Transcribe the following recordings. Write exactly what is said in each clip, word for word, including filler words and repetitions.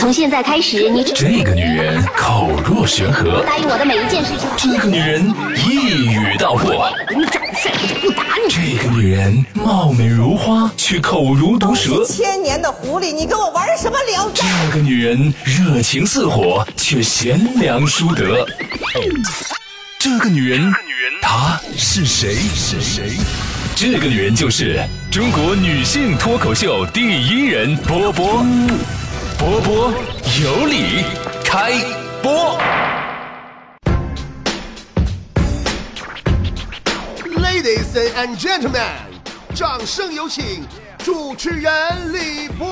从现在开始，你这个女人口若悬河， 答应我的每一件事情。 这个女人一语道破， 你长得帅，我就不打你。 这个女人貌美如花，却口如毒蛇。 千年的狐狸，你跟我玩什么聊斋？ 这个女人热情似火，却贤良淑德。这个女人，她是谁？是谁？这个女人就是中国女性脱口秀第一人波波。波波有理，开播。 Ladies and gentlemen， 掌声有请主持人李波。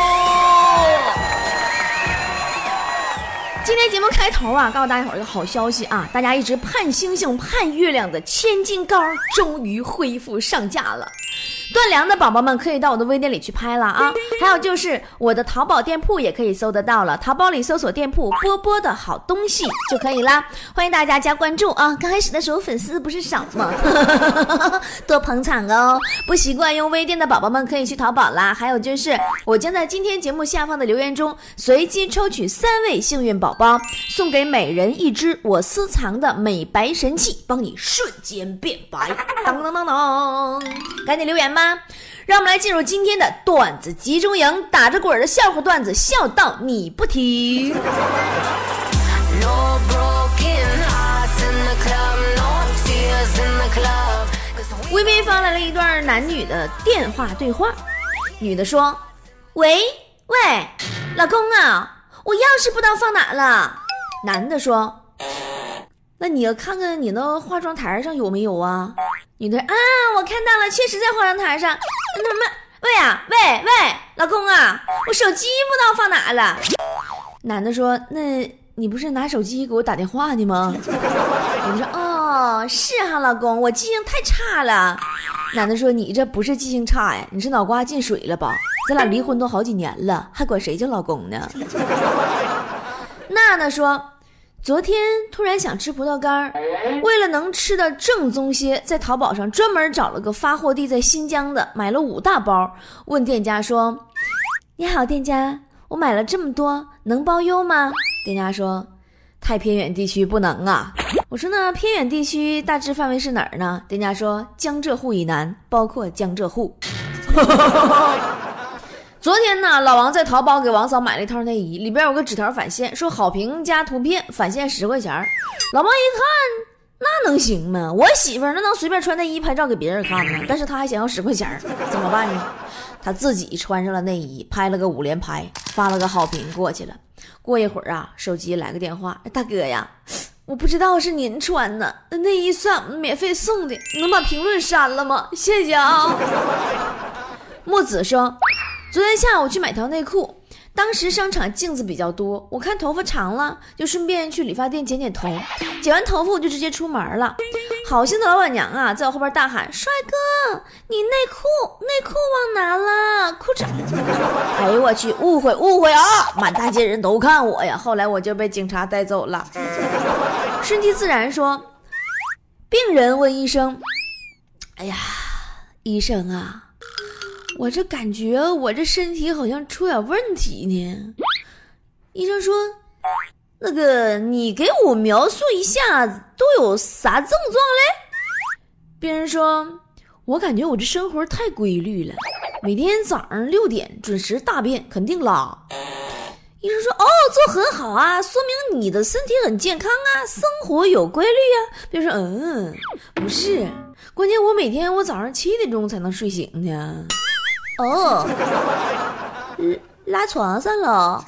今天节目开头啊，告诉大家伙一个好消息啊！大家一直盼星星盼月亮的千金膏终于恢复上架了。断粮的宝宝们可以到我的微店里去拍了啊！还有就是我的淘宝店铺也可以搜得到了，淘宝里搜索店铺波波的好东西就可以啦。欢迎大家加关注啊！刚开始的时候粉丝不是少吗？多捧场哦！不习惯用微店的宝宝们可以去淘宝啦。还有就是我将在今天节目下方的留言中随机抽取三位幸运宝宝，送给每人一支我私藏的美白神器，帮你瞬间变白。当当当当，赶紧留言吧！让我们来进入今天的段子集中营，打着滚的笑话段子，笑到你不停。微微发来了一段男女的电话对话，女的说：喂喂，老公啊，我钥匙不知道放哪了。男的说：那你要看看你那化妆台上有没有啊？女的啊，我看到了，确实在化妆台上。那什么，喂啊，喂喂，老公啊，我手机不知道放哪了。男的说：那你不是拿手机给我打电话呢吗？女的说：哦，是哈，老公，我记性太差了。男的说：你这不是记性差呀，你是脑瓜进水了吧？咱俩离婚都好几年了，还管谁叫老公呢？娜娜说：昨天突然想吃葡萄干，为了能吃的正宗些，在淘宝上专门找了个发货地在新疆的，买了五大包，问店家说：你好店家，我买了这么多，能包邮吗？店家说：太偏远地区不能啊。我说那偏远地区大致范围是哪儿呢？店家说：江浙沪以南，包括江浙沪。昨天呢，老王在淘宝给王嫂买了一套内衣，里边有个纸条返现，说好评加图片，返现十块钱。老王一看，那能行吗？我媳妇儿那能随便穿内衣拍照给别人看吗？但是他还想要十块钱，怎么办呢？他自己穿上了内衣，拍了个五连拍，发了个好评过去了。过一会儿啊，手机来个电话：大哥呀，我不知道是您穿的，那内衣是俺们免费送的，能把评论删了吗？谢谢啊。木子说：昨天下午去买条内裤，当时商场镜子比较多，我看头发长了，就顺便去理发店剪剪头，剪完头发我就直接出门了。好心的老板娘啊，在我后边大喊：帅哥，你内裤内裤忘拿了，裤衩。哎呦我去，误会误会啊，满大街人都看我呀。后来我就被警察带走了。顺其自然说：病人问医生：哎呀，医生啊，我这感觉我这身体好像出点问题呢。医生说：那个你给我描述一下都有啥症状嘞？病人说：我感觉我这生活太规律了，每天早上六点准时大便，肯定拉。医生说：哦，做很好啊，说明你的身体很健康啊，生活有规律啊。病人说：嗯，不是，关键我每天我早上七点钟才能睡醒呢。哦，拉床上了。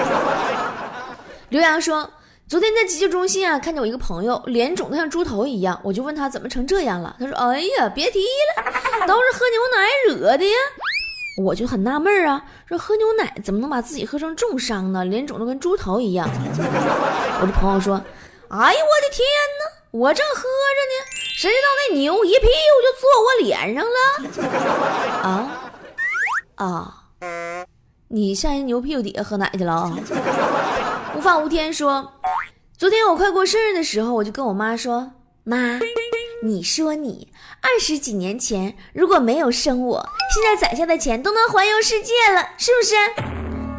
刘洋说：昨天在急救中心啊，看见我一个朋友脸肿得像猪头一样，我就问他怎么成这样了。他说：哎呀，别提了，都是喝牛奶惹的呀。我就很纳闷啊，说喝牛奶怎么能把自己喝成重伤呢？脸肿得跟猪头一样。我这朋友说：哎呀，我的天哪，我正喝着呢，谁知道那牛一屁股就坐我脸上了。啊啊，你上人牛屁股底下喝奶去了啊？无法无天说：昨天我快过生日的时候，我就跟我妈说：妈，你说你二十几年前如果没有生我，现在攒下的钱都能环游世界了，是不是？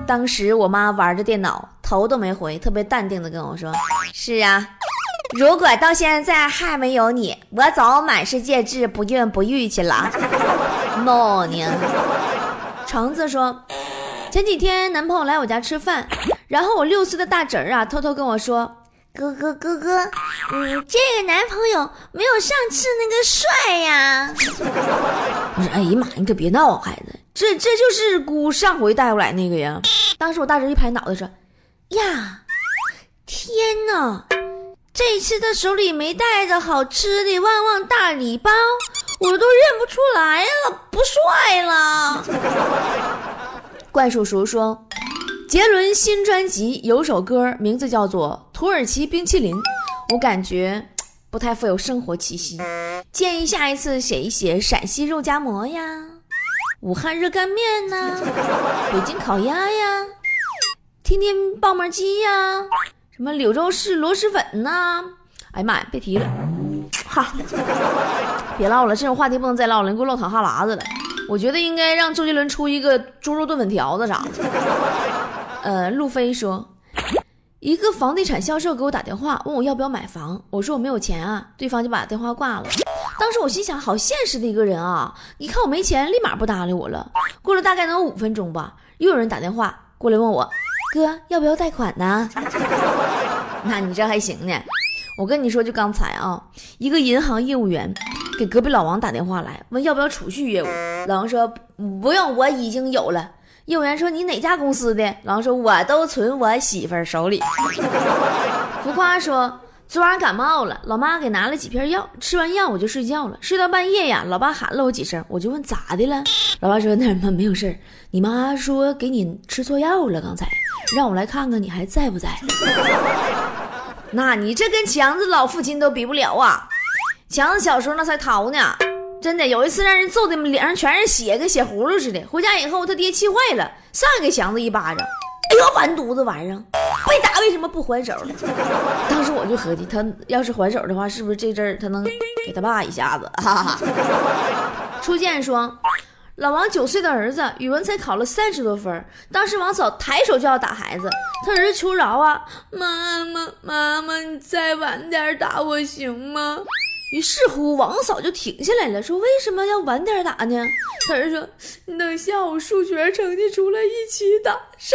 当时我妈玩着电脑，头都没回，特别淡定的跟我说：是啊，如果到现在还没有你，我早满世界治不孕不育去了。no 呢。橙子说，前几天男朋友来我家吃饭，然后我六岁的大侄儿啊偷偷跟我说，哥哥哥哥，你这个男朋友没有上次那个帅呀。我说哎呀妈，你可别闹，孩子，这这就是姑上回带过来那个呀。当时我大侄一拍脑袋说，呀，天哪，这次他手里没带着好吃的旺旺大礼包，我都认不出来了，不帅了。怪叔叔说，杰伦新专辑有首歌名字叫做土耳其冰淇淋，我感觉不太富有生活气息，建议下一次写一写陕西肉夹馍呀，武汉热干面呐，北京烤鸭呀，天天爆沫鸡呀，什么柳州市螺蛳粉呐。哎呀妈呀，别提了，哈，别唠了，这种话题不能再唠了，你给我唠淌哈喇子了。我觉得应该让周杰伦出一个猪肉炖粉条子啥的。呃，路飞说，一个房地产销售给我打电话问我要不要买房，我说我没有钱啊，对方就把电话挂了。当时我心想，好现实的一个人啊，一看我没钱，立马不搭理我了。过了大概能有五分钟吧，又有人打电话过来问我，哥要不要贷款呢？那你这还行呢。我跟你说，就刚才啊，一个银行业务员给隔壁老王打电话来问要不要储蓄业务，老王说不用，我已经有了。业务员说你哪家公司的？老王说我都存我媳妇儿手里。浮夸说，昨晚感冒了，老妈给拿了几片药，吃完药我就睡觉了，睡到半夜呀，老爸喊了我几声，我就问咋的了，老爸说那什么没有事，你妈说给你吃错药了，刚才让我来看看你还在不在。那你这跟强子老父亲都比不了啊，强子小时候那才淘呢，真的有一次让人揍的脸上全是血，跟血葫芦似的，回家以后他爹气坏了，上来给强子一巴掌，哎呦完犊子玩意儿，被打为什么不还手？当时我就合计，他要是还手的话，是不是这阵儿他能给他爸一下子？哈哈。初见说，老王九岁的儿子语文才考了三十多分，当时王嫂抬手就要打孩子，他儿子求饶啊，妈妈妈妈你再晚点打我行吗？于是乎王嫂就停下来了，说为什么要晚点打呢？他儿子说你等下午数学成绩出来一起打，生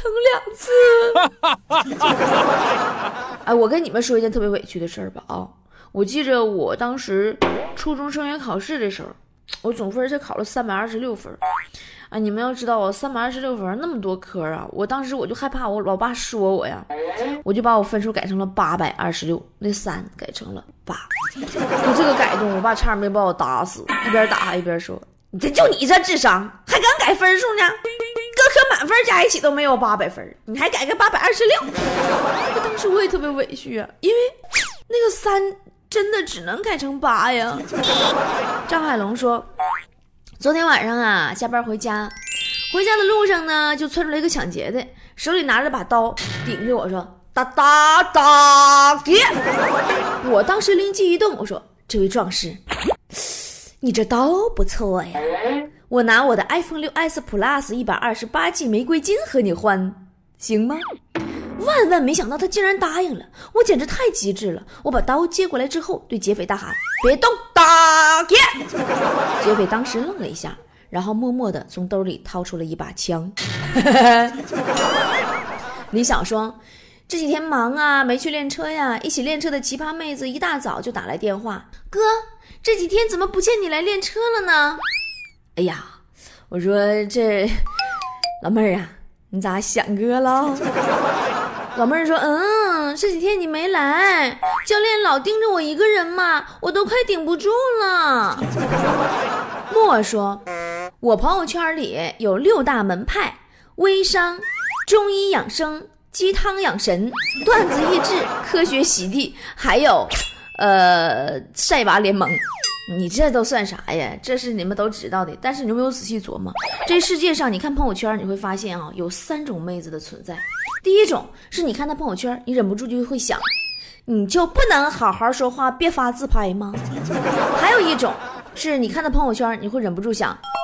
我疼两次。哎，我跟你们说一件特别委屈的事儿吧啊！我记着我当时初中升学考试的时候，我总分才考了三百二十六分。啊，你们要知道啊，三百二十六分那么多科啊，我当时我就害怕我老爸说我呀，我就把我分数改成了八百二十六，那三改成了八。就这个改动，我爸差点没把我打死，一边打还一边说：“你这就你这智商，还敢改分数呢？各科满分加一起都没有八百分，你还改个八百二十六？”当时我也特别委屈啊，因为那个三真的只能改成八呀。张海龙说。昨天晚上啊，下班回家，回家的路上呢，就窜出来一个抢劫的，手里拿着把刀，顶着我说：“哒哒哒给！”我当时灵机一动，我说：“这位壮士，你这刀不错呀，我拿我的 iPhone 六 S Plus 一百二十八 G 玫瑰金和你换，行吗？”万万没想到他竟然答应了，我简直太机智了。我把刀接过来之后，对劫匪大喊：“别动，打劫！”劫匪当时愣了一下，然后默默地从兜里掏出了一把枪。李小说，这几天忙啊，没去练车呀。一起练车的奇葩妹子一大早就打来电话：“哥，这几天怎么不见你来练车了呢？”哎呀，我说这老妹儿啊，你咋想哥了？老妹儿说：“嗯，这几天你没来，教练老盯着我一个人嘛，我都快顶不住了。”莫说：“我朋友圈里有六大门派：微商、中医养生、鸡汤养神、段子益智、科学洗地，还有呃晒娃联盟。你这都算啥呀？这是你们都知道的。但是你有没有仔细琢磨？这世界上，你看朋友圈，你会发现啊，有三种妹子的存在。第一种是你看他朋友圈，你忍不住就会想，你就不能好好说话，别发自拍吗？还有一种是你看他朋友圈，你会忍不住想，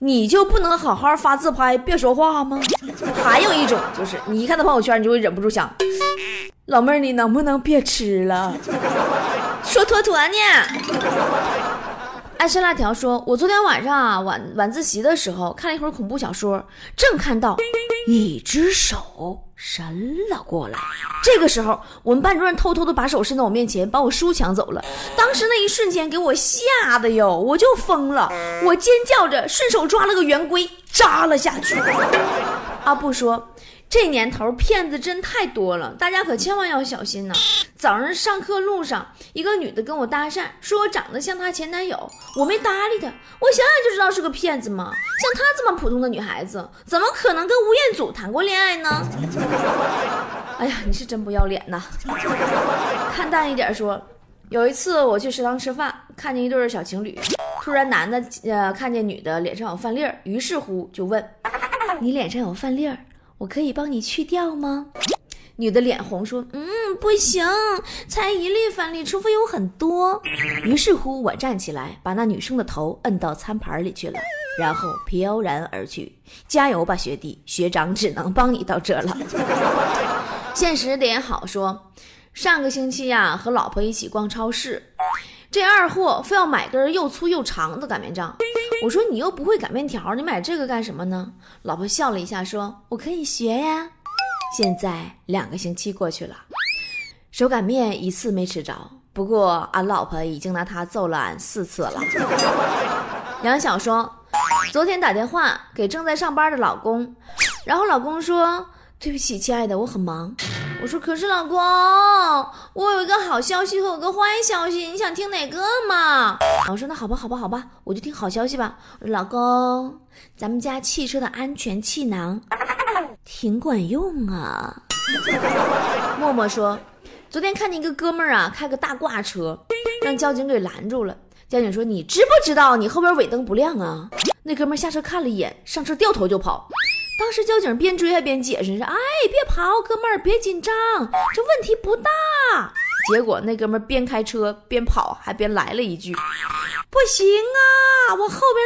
你就不能好好发自拍别说话吗？还有一种就是你一看他朋友圈你就会忍不住想，老妹儿你能不能别吃了，说妥妥呢。爱吃辣条说，我昨天晚上啊晚晚自习的时候看了一会儿恐怖小说，正看到一只手伸了过来，这个时候我们班主任偷偷的把手伸到我面前，把我书抢走了。当时那一瞬间给我吓得哟，我就疯了，我尖叫着顺手抓了个圆规扎了下去。阿布说，这年头骗子真太多了，大家可千万要小心呐！早上上课路上，一个女的跟我搭讪，说我长得像她前男友，我没搭理她，我想想就知道是个骗子嘛。像她这么普通的女孩子，怎么可能跟吴彦祖谈过恋爱呢？哎呀，你是真不要脸呐！看淡一点说，有一次我去食堂吃饭，看见一对小情侣，突然男的呃看见女的脸上有饭粒儿，于是乎就问，你脸上有饭粒儿，我可以帮你去掉吗？女的脸红说，嗯，不行，才一粒饭粒，除非有很多。于是乎我站起来，把那女生的头摁到餐盘里去了，然后飘然而去。加油吧学弟，学长只能帮你到这了。现实点好说，上个星期呀、啊、和老婆一起逛超市，这二货非要买根又粗又长的擀面杖，我说你又不会擀面条，你买这个干什么呢？老婆笑了一下说，我可以学呀。现在两个星期过去了，手擀面一次没吃着，不过俺老婆已经拿他揍了俺四次了。杨晓说，昨天打电话给正在上班的老公，然后老公说，对不起亲爱的，我很忙。我说可是老公，我有一个好消息和有个坏消息，你想听哪个嘛？我说那好吧好吧好吧，我就听好消息吧。我说老公，咱们家汽车的安全气囊挺管用啊。默默说，昨天看见一个哥们儿啊开个大挂车，让交警给拦住了。交警说，你知不知道你后边尾灯不亮啊？那哥们儿下车看了一眼，上车掉头就跑。当时交警边追还边解释说，哎，别跑哥们儿，别紧张，这问题不大。结果那哥们儿边开车边跑，还边来了一句，不行啊，我后边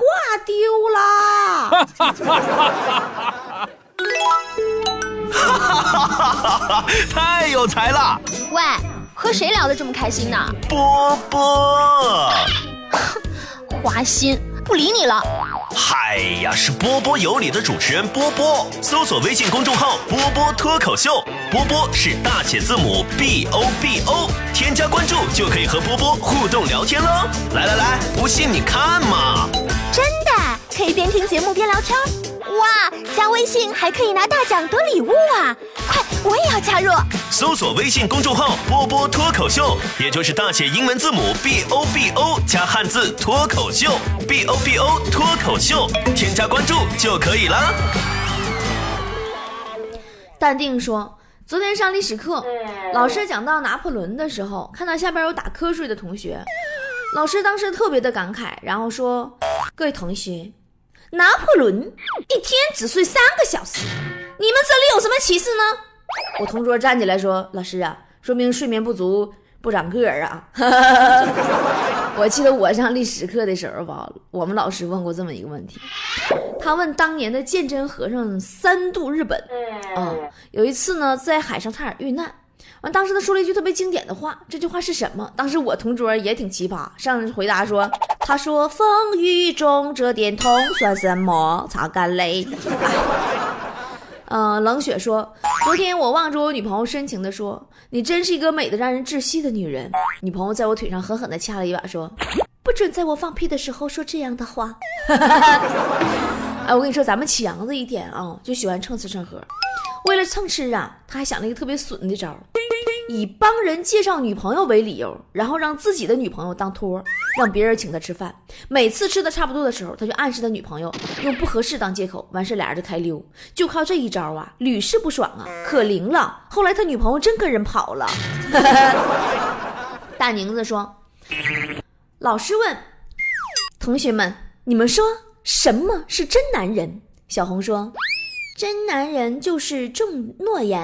那半挂丢了。 哈哈哈哈！太有才了！ 喂，和谁聊得这么开心呢？ 波波， 花心，不理你了。 嗨呀，是波波有理的主持人波波，搜索微信公众号波波脱口秀，波波是大写字母 B O B O， 添加关注就可以和波波互动聊天喽。来来来，不信你看嘛。 真的，可以边听节目边聊天。哇，加微信还可以拿大奖得礼物啊！快，我也要加入。 搜索微信公众号波波脱口秀，也就是大写英文字母 B O B O 加汉字脱口秀 B O B O 脱口秀，添加关注就可以了。 淡定说，昨天上历史课，老师讲到拿破仑的时候，看到下边有打瞌睡的同学，老师当时特别的感慨，然后说，各位同学，拿破仑一天只睡三个小时，你们这里有什么歧视呢？我同桌站起来说，老师啊，说明睡眠不足不长个儿啊。我记得我上历史课的时候吧，我们老师问过这么一个问题，他问当年的鉴真和尚三渡日本啊、嗯，有一次呢在海上差点遇难，完当时他说了一句特别经典的话，这句话是什么？当时我同桌也挺奇葩，上回答说，他说风雨中这点痛算什么，擦干泪。呃，冷雪说，昨天我望着我女朋友深情地说，你真是一个美得让人窒息的女人。女朋友在我腿上狠狠地掐了一把说，不准在我放屁的时候说这样的话。哎，我跟你说咱们起阳子一点啊，就喜欢蹭吃蹭喝。为了蹭吃啊，他还想了一个特别损的招，以帮人介绍女朋友为理由，然后让自己的女朋友当托，让别人请他吃饭。每次吃的差不多的时候，他就暗示他女朋友用不合适当借口，完事俩人就开溜。就靠这一招啊，屡试不爽啊，可灵了。后来他女朋友真跟人跑了。大宁子说，老师问同学们，你们说什么是真男人？小红说，真男人就是重诺言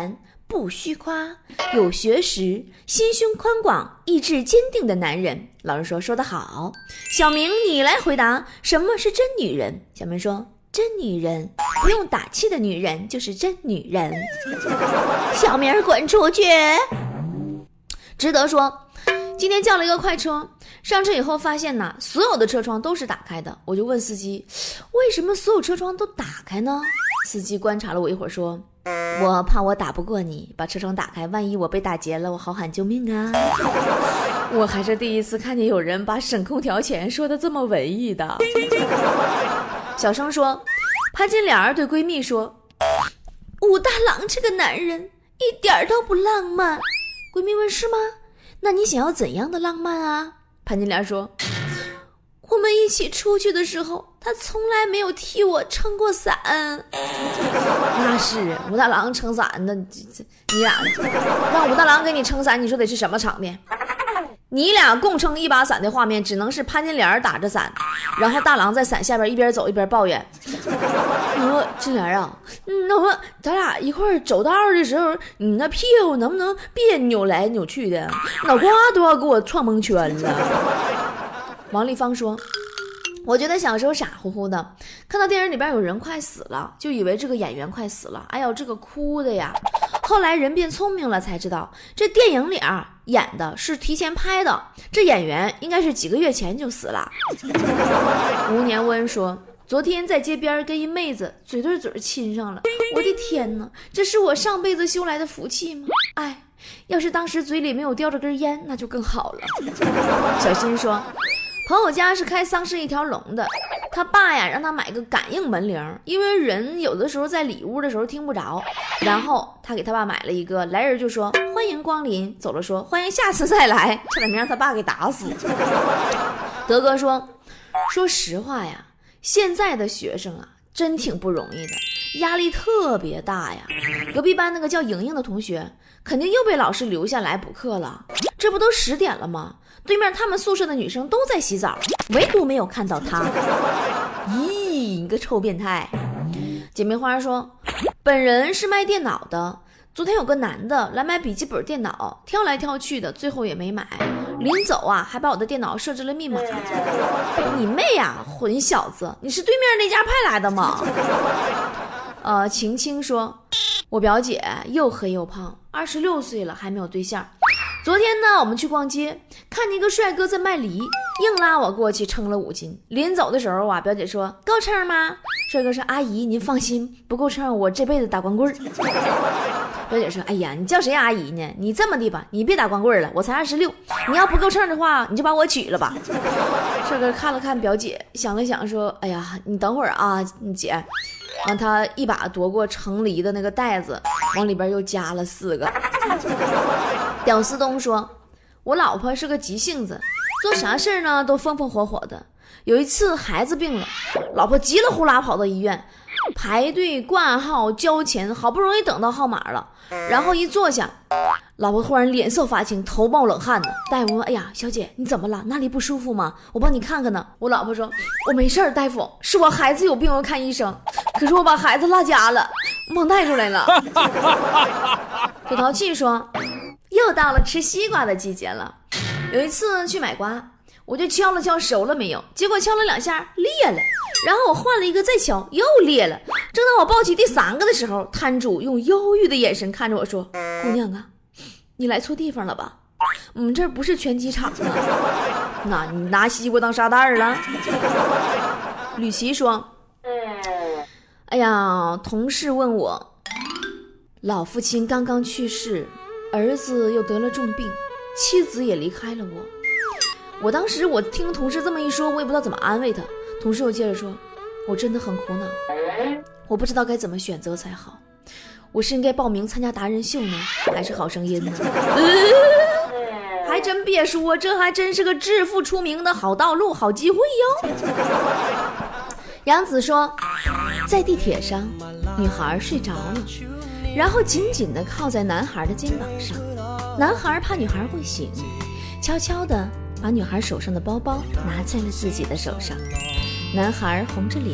不虚夸，有学识，心胸宽广，意志坚定的男人。老师说，说得好。小明，你来回答，什么是真女人？小明说，真女人，不用打气的女人就是真女人。小明滚出去。值得说，今天叫了一个快车，上车以后发现呐，所有的车窗都是打开的。我就问司机，为什么所有车窗都打开呢？司机观察了我一会儿说，我怕我打不过你，把车窗打开，万一我被打劫了，我好喊救命啊。我还是第一次看见有人把省空调钱说的这么文艺的。小声说，潘金莲对闺蜜说，武大郎这个男人一点都不浪漫。闺蜜问，是吗？那你想要怎样的浪漫啊？潘金莲说，我们一起出去的时候，他从来没有替我撑过伞。那是武大郎撑伞的，你俩让武大郎给你撑伞，你说得是什么场面？你俩共撑一把伞的画面，只能是潘金莲打着伞，然后大郎在伞下边一边走一边抱怨，我说金莲啊，那么咱俩一块走道的时候，你那屁股能不能别扭来扭去的，脑瓜都要给我撞蒙圈了。王丽芳说，我觉得小时候傻乎乎的，看到电影里边有人快死了，就以为这个演员快死了，哎呦这个哭的呀。后来人变聪明了，才知道这电影里啊演的是提前拍的，这演员应该是几个月前就死了。吴年温说，昨天在街边跟一妹子嘴对嘴亲上了，我的天哪，这是我上辈子修来的福气吗？哎，要是当时嘴里没有叼着根烟，那就更好了。小新说，朋友家是开丧事一条龙的，他爸呀让他买个感应门铃，因为人有的时候在里屋的时候听不着，然后他给他爸买了一个，来人就说欢迎光临，走了说欢迎下次再来，差点没让他爸给打死。德哥说，说实话呀，现在的学生啊真挺不容易的，压力特别大呀。隔壁班那个叫莹莹的同学肯定又被老师留下来补课了，这不都十点了吗？对面他们宿舍的女生都在洗澡，唯独没有看到她。咦，你个臭变态。姐妹花说，本人是卖电脑的，昨天有个男的来买笔记本电脑，挑来挑去的，最后也没买，临走啊还把我的电脑设置了密码。你妹呀，混小子，你是对面那家派来的吗？呃，晴晴说，我表姐又黑又胖，二十六岁了还没有对象。昨天呢，我们去逛街，看见一个帅哥在卖梨，硬拉我过去称了五斤。临走的时候啊，表姐说够称吗？帅哥说阿姨您放心，不够称我这辈子打光棍。表姐说哎呀，你叫谁阿姨呢？你这么的吧，你别打光棍了，我才二十六，你要不够称的话，你就把我娶了吧。帅哥看了看表姐，想了想说哎呀，你等会儿啊，你姐。让他一把夺过盛梨的那个袋子，往里边又加了四个。屌丝东说，我老婆是个急性子，做啥事儿呢都风风火火的。有一次孩子病了，老婆急了呼啦跑到医院排队挂号交钱，好不容易等到号码了，然后一坐下，老婆忽然脸色发青，头冒冷汗呢。大夫问，哎呀小姐你怎么了，哪里不舒服吗？我帮你看看呢。我老婆说，我没事儿，大夫，是我孩子有病要看医生，可是我把孩子落家了，忘带出来了。土淘气说，又到了吃西瓜的季节了，有一次去买瓜，我就敲了敲熟了没有，结果敲了两下裂了，然后我换了一个再敲又裂了。正当我抱起第三个的时候，摊主用忧郁的眼神看着我说，姑娘啊，你来错地方了吧，我们这儿不是拳击场啊。那你拿西瓜当沙袋了？吕琦说，哎呀，同事问我，老父亲刚刚去世，儿子又得了重病，妻子也离开了我。我当时我听同事这么一说，我也不知道怎么安慰他。同事又接着说，我真的很苦恼，我不知道该怎么选择才好，我是应该报名参加达人秀呢，还是好声音呢？呃、还真别说，这还真是个致富出名的好道路，好机会哟。杨子说，在地铁上，女孩睡着了，然后紧紧地靠在男孩的肩膀上，男孩怕女孩会醒，悄悄地把女孩手上的包包拿在了自己的手上。男孩红着脸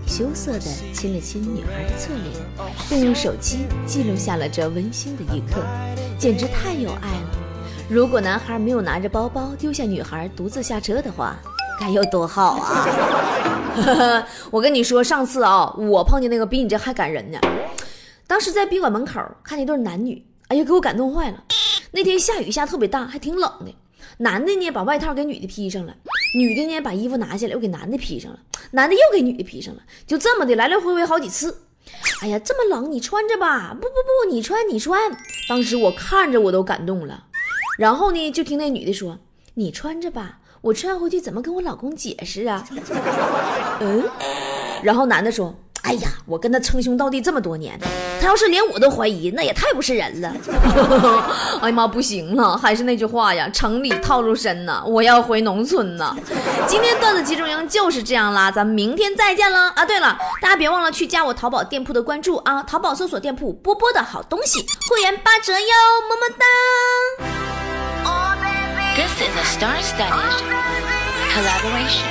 羞涩地亲了亲女孩的侧脸，并用手机记录下了这温馨的一刻，简直太有爱了。如果男孩没有拿着包包丢下女孩独自下车的话，该有多好啊！我跟你说，上次啊，我碰见那个比你这还感人呢。当时在宾馆门口看见一对男女，哎呀，给我感动坏了。那天下雨下特别大，还挺冷的。男的呢把外套给女的披上了，女的呢把衣服拿下来又给男的披上了，男的又给女的披上了，就这么的来来回回好几次。哎呀，这么冷你穿着吧，不不不，你穿你穿。当时我看着我都感动了。然后呢就听那女的说，你穿着吧，我穿回去怎么跟我老公解释啊？嗯，然后男的说，哎呀，我跟他称兄道弟这么多年，他要是连我都怀疑，那也太不是人了。哎呀妈，不行了，还是那句话呀，城里套路深呐，我要回农村呐。今天段子集中营就是这样啦，咱们明天再见了啊！对了，大家别忘了去加我淘宝店铺的关注啊，淘宝搜索店铺波波的好东西，会员八折哟，么么哒。 This is a star-studded collaboration.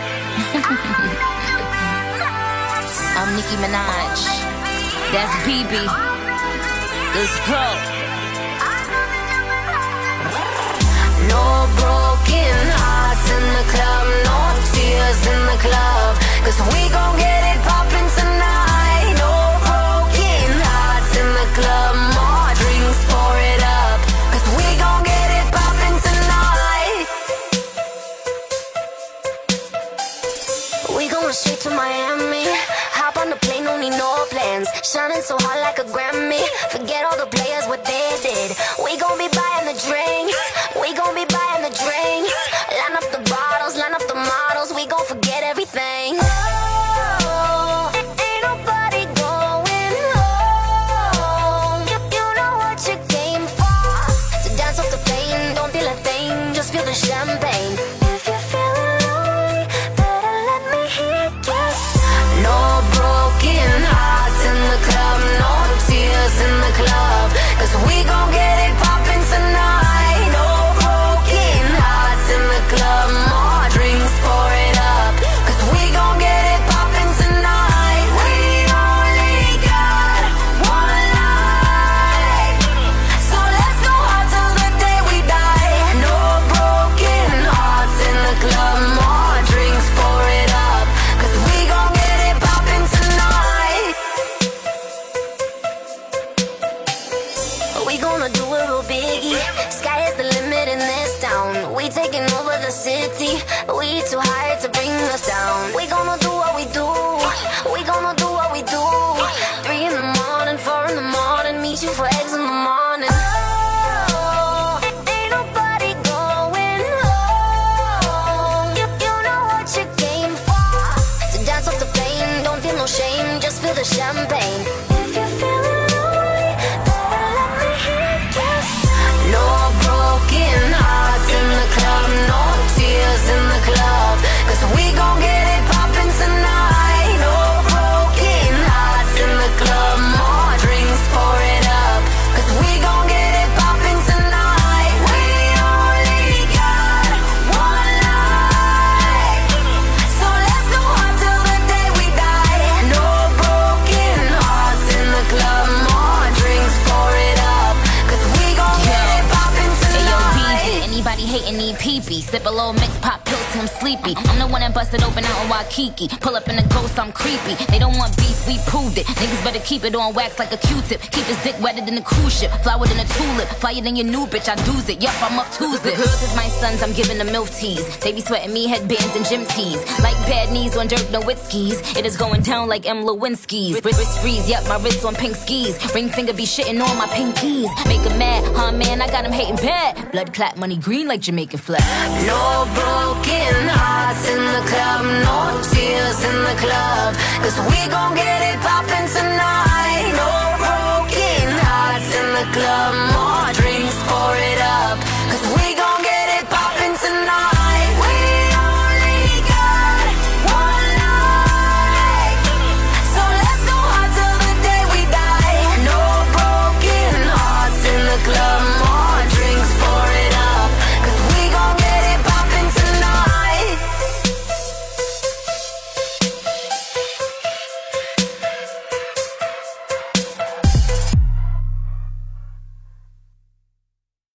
I'm Nicki Minaj. That's B B. This Pro. No broken hearts in the club, no tears in the club, 'cause we gon' get it poppin' tonight. No broken hearts in the club, more drinks, pour it up, 'cause we gon' get it poppin' tonight. We going straight to Miami. Hop on the plane, don't need no plans. Shining so hot like a Grammy. Forget all the players, what they did. We gon' be buying the drinks. We gon' be buying the drinks. Line up the bottles, line up the models. We gon' forget everything. Oh, ain't nobody going home. You, you know what you came for. To dance off the pain, don't feel a thing. Just feel the champagne. If you're feeling lonely, better let me hear you. No broken hearts in the club, no tears in the club, 'cause we gon' get it poppin' tonight. No broken hearts in the club, more drinks, pour it up, 'cause we gon' get it poppin' tonight. We only got one life, so let's go hard till the day we die. No broken hearts in the club, more drinks, pour it up, 'cause we gon' get it poppin' tonight. We gonna do it real biggie. Sky is the limit in this town. We taking over the city. We too high to bring us down. We gonna do what we do. We gonna do what we do. Three in the morning, four in the morning. Meet you for eggs in the morning. Oh, ain't nobody going home. You, you know what you came for. To dance off the pain, don't feel no shame. Just feel the champagne. If you're feeling lonely, better let me hear you. No broken hearts in the club, no tears in the club, 'cause we gon' get it poppin' tonight. No broken hearts in the club, more drinks, pour it up, 'cause we gon' get it poppin' tonight. We only got one life, so let's go hard till the day we die. No broken hearts in the club, more drinks, pour it up, 'cause we gon' get it poppin' tonight. Anybody hating need pee-pee. Sip a little mix, pop pills till I'm sleepy. I'm the one that busted open out in Waikiki. Pull up in a ghost, I'm creepy. They don't want beef, we proved it. Niggas better keep it on wax like a Q-tip. Keep his dick wetter than a cruise ship. Flower than a tulip. Flyer than your new bitch, I do's it. Yup, I'm up Tuesday. The girls is my sons, I'm giving them milk teas. They be sweating me headbands and gym tees. Like bad knees on dirt, no wit skis. It is going down like M. Lewinsky's. Wrist freeze, yup, my wrist on pink skis. Ring finger be shitting on my pinkies. Make them mad, huh man, I got them hating bad. Blood clap, money green like Jamaican flag. No broken hearts in the club, no tears in the club, 'cause we gon' get it poppin'.